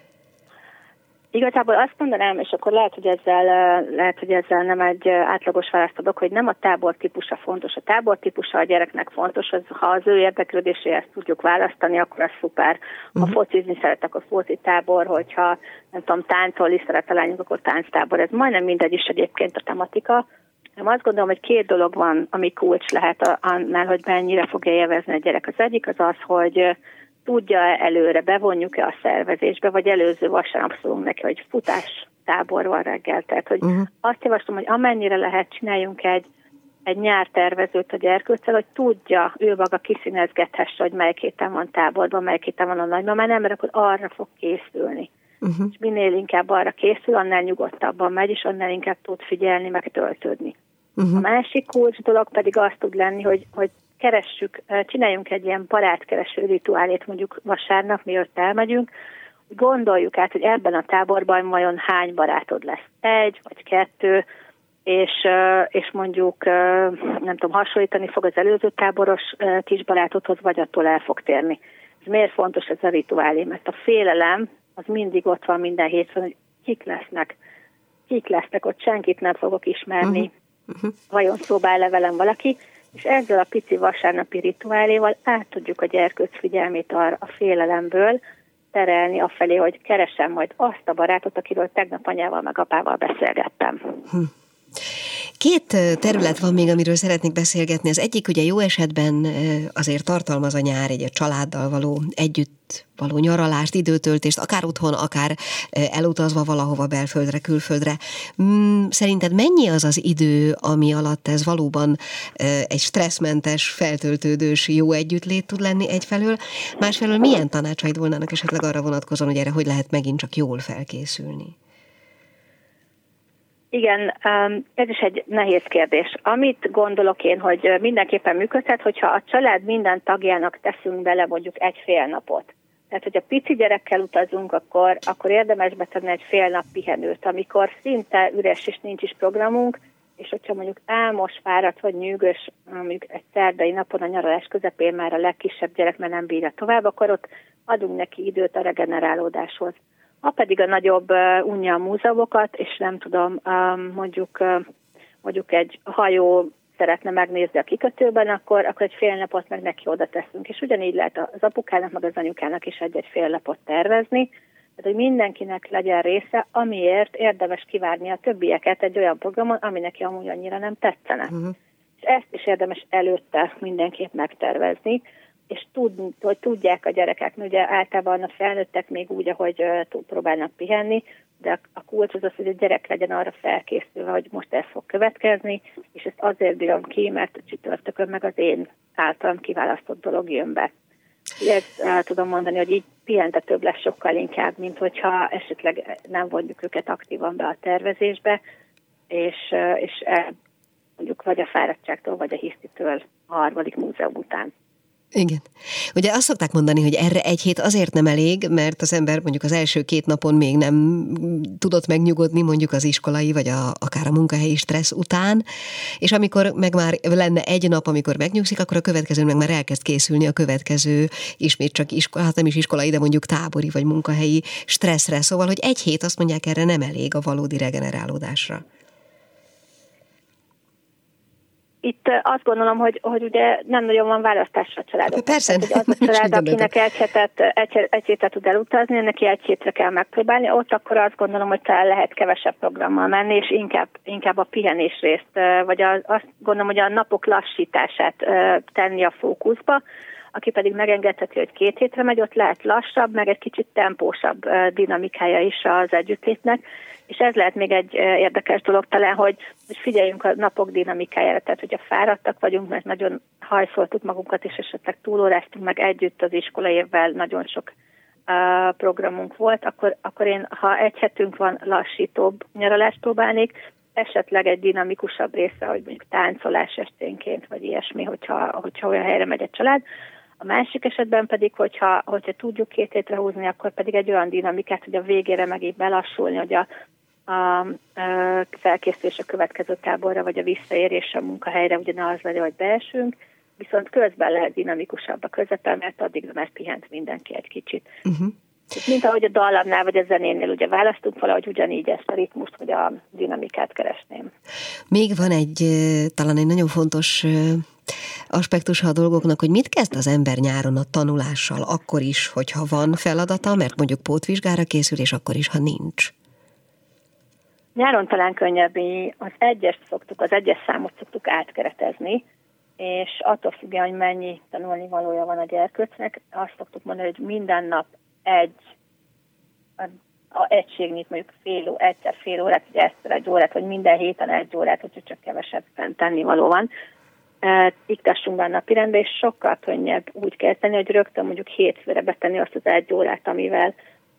Igazából azt mondanám, és akkor lehet, hogy ezzel nem egy átlagos választ adok, hogy nem a tábor típusa fontos. A tábor típusa a gyereknek fontos, ha az ő érdeklődéséhez tudjuk választani, akkor az szuper. Ha focizni szeret, akkor foci tábor, hogyha nem tudom, táncolni szeret a lányunk, akkor tánctábor. Ez majdnem mindegy is egyébként a tematika. Nem azt gondolom, hogy 2 dolog van, ami kulcs lehet annál, hogy mennyire fogja élvezni a gyerek. Az egyik az az, hogy tudja előre, bevonjuk-e a szervezésbe, vagy előző vasárnap szólunk neki, hogy futás tábor van reggel. Tehát, hogy azt javaslom, hogy amennyire lehet, csináljunk egy nyártervezőt a gyerkőccel, hogy tudja, ő maga kiszínezgethesse, hogy melyik héten van táborban, melyik héten van a nagymamán, mert akkor arra fog készülni. És minél inkább arra készül, annál nyugodtabban megy, és annál inkább tud figyelni, meg töltődni. A másik kulcs dolog pedig az tud lenni, hogy csináljunk egy ilyen barátkereső rituálét mondjuk vasárnap, mielőtt elmegyünk, gondoljuk át, hogy ebben a táborban vajon hány barátod lesz, 1 vagy 2, és mondjuk, nem tudom, hasonlítani fog az előző táboros kis barátodhoz, vagy attól el fog térni. Ez miért fontos ez a rituálé? Mert a félelem az mindig ott van minden hétfőn, hogy kik lesznek, ott senkit nem fogok ismerni, vajon szóba áll velem valaki, és ezzel a pici vasárnapi rituáléval át tudjuk a gyerkőc figyelmét arra a félelemből terelni afelé, hogy keresem majd azt a barátot, akiről tegnap anyával meg apával beszélgettem. 2 terület van még, amiről szeretnék beszélgetni. Az egyik ugye jó esetben azért tartalmaz a nyár egy családdal való együtt való nyaralást, időtöltést, akár otthon, akár elutazva valahova belföldre, külföldre. Szerinted mennyi az az idő, ami alatt ez valóban egy stresszmentes, feltöltődős, jó együttlét tud lenni egyfelől? Másfelől milyen tanácsaid volnának esetleg arra vonatkozóan, hogy erre hogy lehet megint csak jól felkészülni? Igen, ez is egy nehéz kérdés. Amit gondolok én, hogy mindenképpen működhet, hogyha a család minden tagjának teszünk bele mondjuk egy fél napot. Tehát, hogyha pici gyerekkel utazunk, akkor érdemes betenni egy fél nap pihenőt, amikor szinte üres és nincs is programunk, és hogyha mondjuk álmos, fáradt vagy nyűgös, mondjuk egy szerdai napon a nyaralás közepén már a legkisebb gyerek már nem bírja tovább, akkor ott adunk neki időt a regenerálódáshoz. Ha pedig a nagyobb unja a múzeumokat, és nem tudom, mondjuk egy hajó szeretne megnézni a kikötőben, akkor egy fél napot meg neki oda teszünk. És ugyanígy lehet az apukának, meg az anyukának is egy fél napot tervezni, tehát hogy mindenkinek legyen része, amiért érdemes kivárni a többieket egy olyan programon, ami neki amúgy annyira nem tetszene. És ezt is érdemes előtte mindenképp megtervezni, és hogy tudják a gyerekek, mert ugye általában a felnőttek még úgy, ahogy próbálnak pihenni, de a kulcs az, hogy a gyerek legyen arra felkészülve, hogy most ez fog következni, és ezt azért bírom ki, mert a csütörtökön meg az én általam kiválasztott dolog jön be. Ezt tudom mondani, hogy így pihentetőbb lesz sokkal inkább, mint hogyha esetleg nem vonjuk őket aktívan be a tervezésbe, és mondjuk vagy a fáradtságtól, vagy a hisztitől a harmadik múzeum után. Igen. Ugye azt szokták mondani, hogy erre egy hét azért nem elég, mert az ember mondjuk az első 2 napon még nem tudott megnyugodni mondjuk az iskolai, vagy akár a munkahelyi stressz után, és amikor meg már lenne egy nap, amikor megnyugszik, akkor a következő meg már elkezd készülni a következő, ismét csak hát nem is iskolai, de mondjuk tábori vagy munkahelyi stresszre. Szóval, hogy egy hét azt mondják, erre nem elég a valódi regenerálódásra. Itt azt gondolom, hogy ugye nem nagyon van választás a családok. Persze. Tehát, az a család, akinek egy hétet tud elutazni, neki egy hétre kell megpróbálni, ott akkor azt gondolom, hogy talán lehet kevesebb programmal menni, és inkább a pihenés részt, vagy azt gondolom, hogy a napok lassítását tenni a fókuszba, aki pedig megengedheti, hogy 2 hétre megy, ott lehet lassabb, meg egy kicsit tempósabb dinamikája is az együttlétnek, és ez lehet még egy érdekes dolog talán, hogy figyeljünk a napok dinamikájára, tehát hogyha fáradtak vagyunk, mert nagyon hajszoltuk magunkat, és esetleg túlóráztunk meg együtt az iskolaévvel, nagyon sok programunk volt, akkor én, ha egy hetünk van, lassítóbb nyaralást próbálnék, esetleg egy dinamikusabb része, hogy mondjuk táncolás esténként, vagy ilyesmi, hogyha olyan helyre megy egy család. A másik esetben pedig, hogyha tudjuk 2 hétre húzni, akkor pedig egy olyan dinamikát, hogy a végére meg így belassulni, hogy a felkészülés a következő táborra, vagy a visszaérés a munkahelyre ugyanaz legyen, hogy beesünk, viszont közben lehet dinamikusabb a közepe, mert addig már pihent mindenki egy kicsit. Mint ahogy a dallamnál, vagy a zenénél ugye választunk valahogy ugyanígy ezt a ritmust, vagy a dinamikát keresném. Még van talán egy nagyon fontos aspektusa a dolgoknak, hogy mit kezd az ember nyáron a tanulással, akkor is, hogyha van feladata, mert mondjuk pótvizsgára készül, és akkor is, ha nincs. Nyáron talán könnyebb, mi az egyes számot szoktuk átkeretezni, és attól függően, hogy mennyi tanulni valója van a gyerkőcnek, azt szoktuk mondani, hogy minden nap egy egységnyit, mondjuk egyszer fél órát, vagy egyszer 1 órát, vagy minden héten 1 órát, hogyha csak kevesebb tennivaló van. Iktassunk be a napirendbe, és sokkal könnyebb úgy kezdeni, hogy rögtön mondjuk hétfőre betenni azt az 1 órát, amivel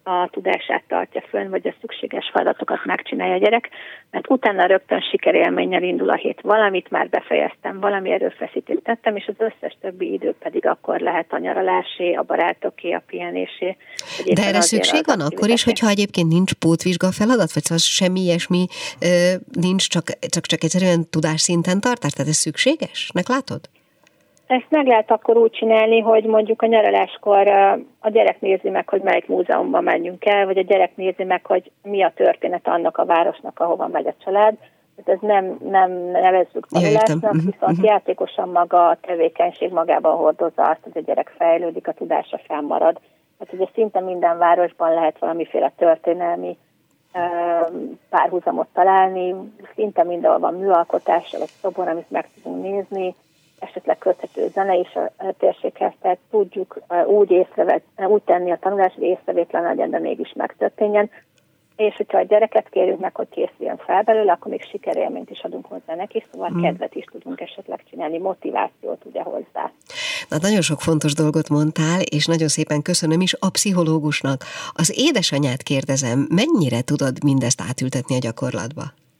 a tudását tartja fönn, vagy a szükséges feladatokat megcsinálja a gyerek, mert utána rögtön sikerélménnyel indul a hét. Valamit már befejeztem, valami erőfeszítést tettem, és az összes többi idő pedig akkor lehet a nyaralásé, a barátoké, a pihenésé. De erre szükség van akkor is, hogyha egyébként nincs pótvizsga feladat, vagy szóval semmi ilyesmi nincs, csak egyszerűen tudásszinten tartás? Tehát ez szükségesnek látod? Ezt meg lehet akkor úgy csinálni, hogy mondjuk a nyaraláskor a gyerek nézi meg, hogy melyik múzeumban menjünk el, vagy a gyerek nézi meg, hogy mi a történet annak a városnak, ahova megy a család. Ez nem nevezzük tanulásnak, viszont játékosan maga a tevékenység magában hordozza azt, hogy a gyerek fejlődik, a tudása fennmarad. Hát ugye szinte minden városban lehet valamiféle történelmi párhuzamot találni, szinte mindenhol van műalkotás, vagy szobor, amit meg tudunk nézni, esetleg köthető zene is a térséghez, tehát tudjuk úgy tenni a tanulást, hogy észrevétlen legyen, de mégis megtörténjen. És hogyha a gyereket kérjük meg, hogy készüljön fel belőle, akkor még sikerélményt is adunk hozzá neki, szóval kedvet is tudunk esetleg csinálni, motivációt ugye hozzá. Na, nagyon sok fontos dolgot mondtál, és nagyon szépen köszönöm is a pszichológusnak. Az édesanyát kérdezem, mennyire tudod mindezt átültetni a gyakorlatba?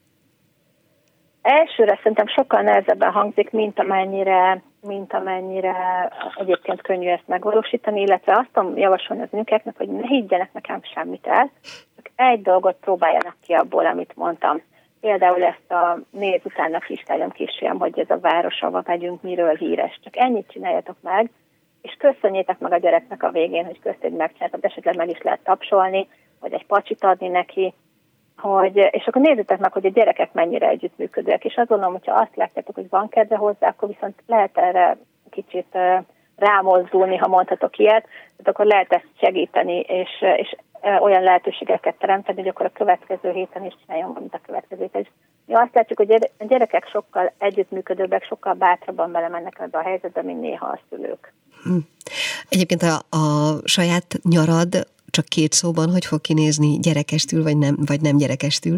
Elsőre szerintem sokkal nehezebben hangzik, mint amennyire egyébként könnyű ezt megvalósítani, illetve azt tudom javasolni az nőknek, hogy ne higgyenek nekem semmit el, csak egy dolgot próbáljanak ki abból, amit mondtam. Például ezt a néz utána frisstáljam kísérjem, hogy ez a város, ahova megyünk, miről híres. Csak ennyit csináljatok meg, és köszönjétek meg a gyereknek a végén, hogy köszönjétek, hogy megcsináltad, esetleg meg is lehet tapsolni, vagy egy pacsit adni neki, és akkor nézzétek meg, hogy a gyerekek mennyire együttműködőek, és azt gondolom, hogyha azt látjátok, hogy van kedve hozzá, akkor viszont lehet erre kicsit rámozdulni, ha mondhatok ilyet, tehát akkor lehet ezt segíteni, és olyan lehetőségeket teremteni, hogy akkor a következő héten is csináljon, mint a következő héten is. Mi azt látjuk, hogy a gyerekek sokkal együttműködőbbek, sokkal bátrabban belemennek ebbe a helyzetbe, mint néha a szülők. Egyébként a saját nyarad csak 2 szóban, hogy fog kinézni, gyerekestül, vagy nem gyerekestül?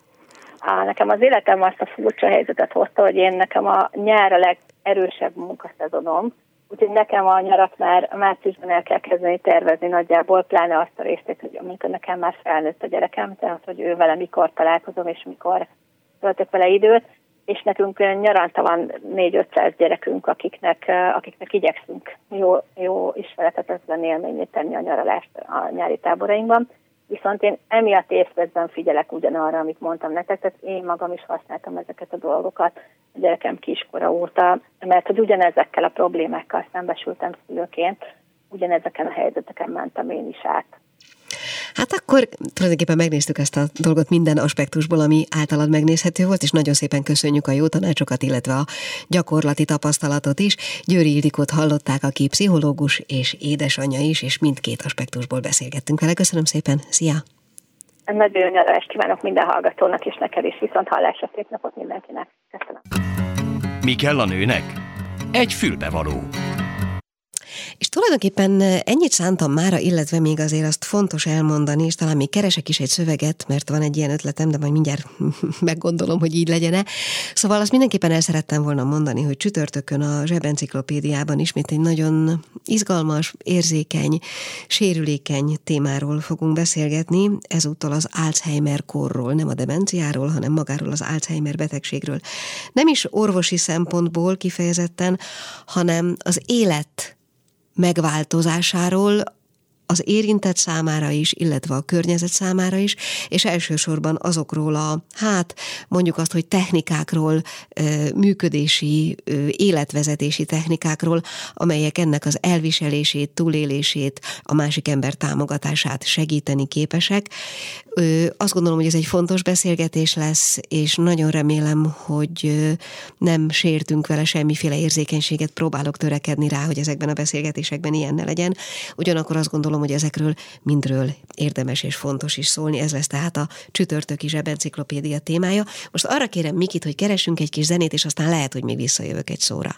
Nekem az életem azt a furcsa helyzetet hozta, hogy nekem a nyár a legerősebb munkaszezonom, úgyhogy nekem a nyarat már márciusban el kell kezdeni tervezni nagyjából, pláne azt a részét, hogy amikor nekem már felnőtt a gyerekem, tehát hogy ő vele mikor találkozom, és mikor töltök vele időt, és nekünk nyaranta van 400-500 gyerekünk, akiknek igyekszünk jó ismeretetlen élményét tenni a nyaralást a nyári táborainkban. Viszont én emiatt évközben figyelek ugyanarra, amit mondtam nektek, tehát én magam is használtam ezeket a dolgokat a gyerekem kiskora óta, mert hogy ugyanezekkel a problémákkal szembesültem szülőként, ugyanezeken a helyzeteken mentem én is át. Hát akkor tulajdonképpen megnéztük ezt a dolgot minden aspektusból, ami általad megnézhető volt, és nagyon szépen köszönjük a jó tanácsokat, illetve a gyakorlati tapasztalatot is. Győri Ildikót hallották, aki pszichológus és édesanyja is, és mindkét aspektusból beszélgettünk vele. Köszönöm szépen, szia! Nagyon jó nyaralást kívánok minden hallgatónak, és neked is viszont hallásra, szép napot mindenkinek. Köszönöm. Mi kell a nőnek? Egy fülbevaló. És tulajdonképpen ennyit szántam mára, illetve még azért azt fontos elmondani, és talán még keresek is egy szöveget, mert van egy ilyen ötletem, de majd mindjárt meggondolom, hogy így legyen-e. Szóval azt mindenképpen el szerettem volna mondani, hogy csütörtökön a Zsebenciklopédiában ismét egy nagyon izgalmas, érzékeny, sérülékeny témáról fogunk beszélgetni, ezúttal az Alzheimer-korról, nem a demenciáról, hanem magáról az Alzheimer betegségről. Nem is orvosi szempontból kifejezetten, hanem az élet megváltozásáról az érintett számára is, illetve a környezet számára is, és elsősorban azokról mondjuk azt, hogy technikákról, működési, életvezetési technikákról, amelyek ennek az elviselését, túlélését, a másik ember támogatását segíteni képesek. Azt gondolom, hogy ez egy fontos beszélgetés lesz, és nagyon remélem, hogy nem sértünk vele semmiféle érzékenységet, próbálok törekedni rá, hogy ezekben a beszélgetésekben ilyen ne legyen. Ugyanakkor azt gondolom, hogy ezekről mindről érdemes és fontos is szólni. Ez lesz tehát a csütörtöki Zsebenciklopédia témája. Most arra kérem Mikit, hogy keressünk egy kis zenét, és aztán lehet, hogy még visszajövök egy szóra.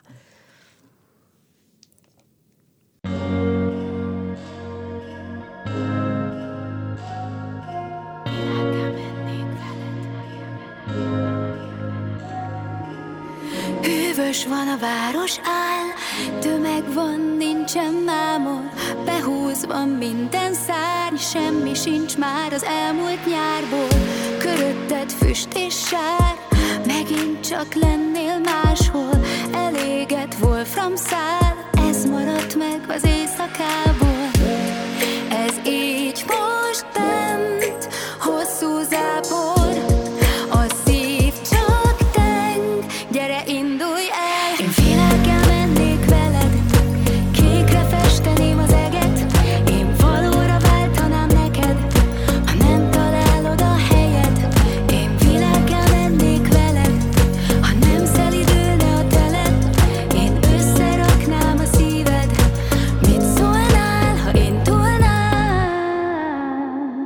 Hűvös van a város áll, Tömeg van, nincsen mámor, behúzva minden szárny, semmi sincs már az elmúlt nyárból. Körötted füst és sár, megint csak lennél máshol. Elégett wolfram szál, ez maradt meg az éjszakából. Ez így most bent, hosszú zápor, a szív csak teng, gyere indulj el. Én félelkel mennék veled, kékre festeném az eget, én valóra váltanám neked, ha nem találod a helyed. Én félelkel mennék veled, ha nem szelidülne a teled, én összeraknám a szíved. Mit szólnál, ha én túlnám?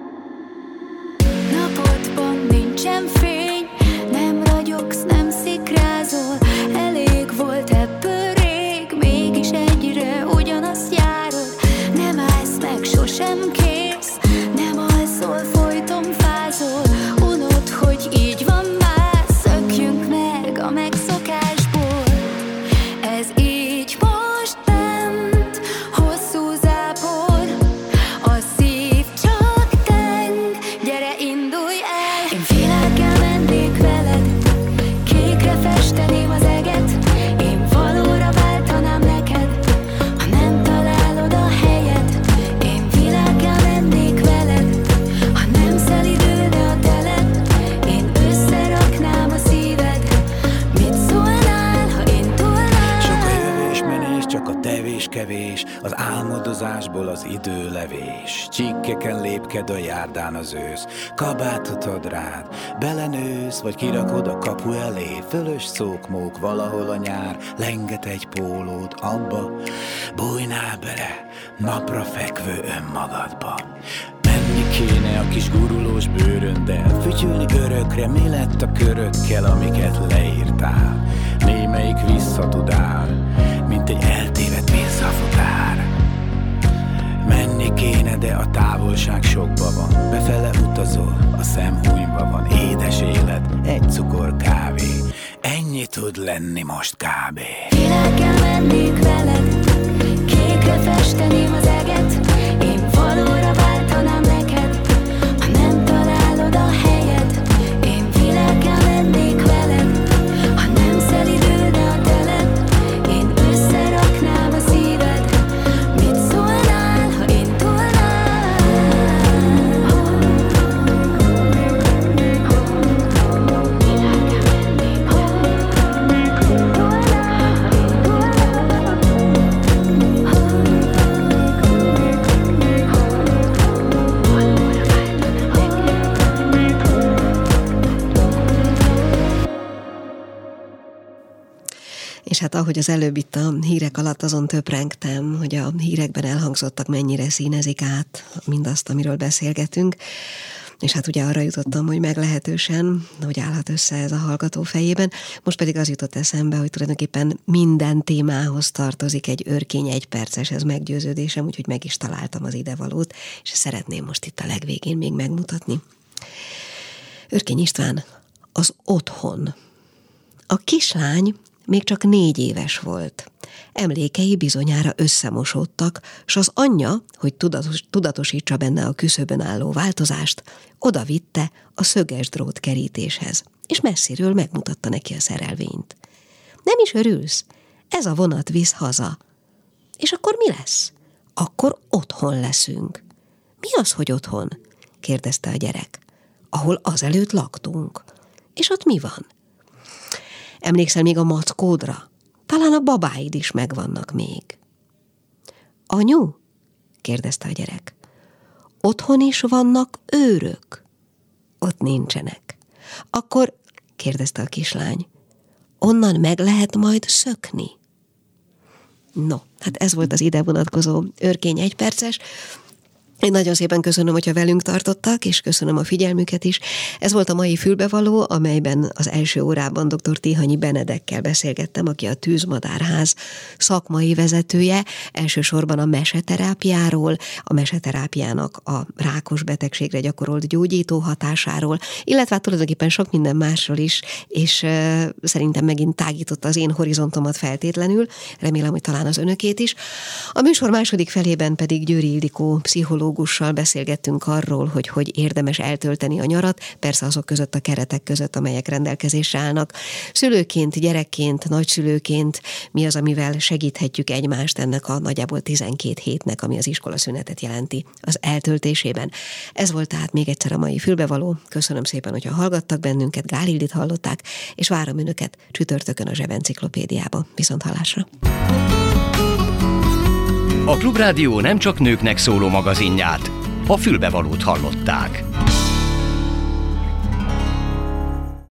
Napodban nincsen fény, nem ragyogsz, nem szikrázol. Elég volt ebből rég, mégis egyre ugyanazt járod. Nem állsz meg, sosem kész, nem alszol, folyton fázol. Unod, hogy így van már, szökjünk meg a megszokásból. Ez így most bent, hosszú zápor, a szív csak teng, gyere indulj el. Én félelkel mennék veled, kékre festeném az eget, én valóra váltanám neked, ha nem találod a helyed. Én félelkel mennék veled, ha nem szelidülne a teled, én összeraknám a szíved. Mit szólnál, ha én túlnám? Sok a jövés menés, csak a tevés kevés, az álmodozásból az idő levés. Csíkkeken lépked a járdán az ősz, kabátot ad rád, belenősz, vagy kirakod a kapu elé. Fölös szókmók valahol a nyár, lenget egy pólót, abba bújnál bele, napra fekvő önmagadba. Menni kéne a kis gurulós bőröndel, fütyülni örökre, mi lett a körökkel, amiket leírtál. Némelyik visszatud áll, mint egy eltévedt visszafutár. Menni kéne, de a távolság sokba van, befele utazol, a szemhúnyba van. Édes élet, egy cukor kávé, ennyi tud lenni most kb. Félelkel mennék veled, kékre festeném az eget, én valóra váltanám neked, ha nem találod a helyed. Én félelkel mennék veled, ha nem szelidülne a teled, én összeraknám a szíved. Mit szólnál, ha én És hát ahogy az előbb itt a hírek alatt azon töprengtem, hogy a hírekben elhangzottak mennyire színezik át mindazt, amiről beszélgetünk, és hát ugye arra jutottam, hogy meglehetősen, hogy állhat össze ez a hallgató fejében. Most pedig az jutott eszembe, hogy tulajdonképpen minden témához tartozik egy örkény egyperces, ez meggyőződésem, úgyhogy meg is találtam az idevalót, és szeretném most itt a legvégén még megmutatni. Örkény István, az otthon. A kislány még csak 4 éves volt. Emlékei bizonyára összemosódtak, s az anyja, hogy tudatosítsa benne a küszöbön álló változást, odavitte a szöges drót kerítéshez, és messziről megmutatta neki a szerelvényt. Nem is örülsz? Ez a vonat visz haza. És akkor mi lesz? Akkor otthon leszünk. Mi az, hogy otthon? Kérdezte a gyerek. Ahol azelőtt laktunk. És ott mi van? Emlékszel még a mackódra? Talán a babáid is megvannak még. Anyu? Kérdezte a gyerek. Otthon is vannak őrök? Ott nincsenek. Akkor, kérdezte a kislány, onnan meg lehet majd szökni? No, hát ez volt az ide vonatkozó örkény egyperces. Én nagyon szépen köszönöm, hogyha velünk tartottak, és köszönöm a figyelmüket is. Ez volt a mai Fülbevaló, amelyben az első órában dr. Tihanyi Benedekkel beszélgettem, aki a Tűzmadárház szakmai vezetője, elsősorban a meseterápiáról, a meseterápiának a rákos betegségre gyakorolt gyógyító hatásáról, illetve tulajdonképpen sok minden másról is, és szerintem megint tágította az én horizontomat feltétlenül, remélem, hogy talán az önökét is. A műsor második felében pedig Győri Ildikó pszichológussal beszélgettünk arról, hogy érdemes eltölteni a nyarat, persze azok között a keretek között, amelyek rendelkezésre állnak. Szülőként, gyerekként, nagyszülőként mi az, amivel segíthetjük egymást ennek a nagyjából 12 hétnek, ami az iskolaszünetet jelenti az eltöltésében. Ez volt tehát még egyszer a mai Fülbevaló. Köszönöm szépen, hogyha hallgattak bennünket, Gál Ildit hallották, és várom önöket csütörtökön a Zsebenciklopédiába. Viszonthallásra! A Klubrádió nem csak nőknek szóló magazinját, a Fülbevalót hallották.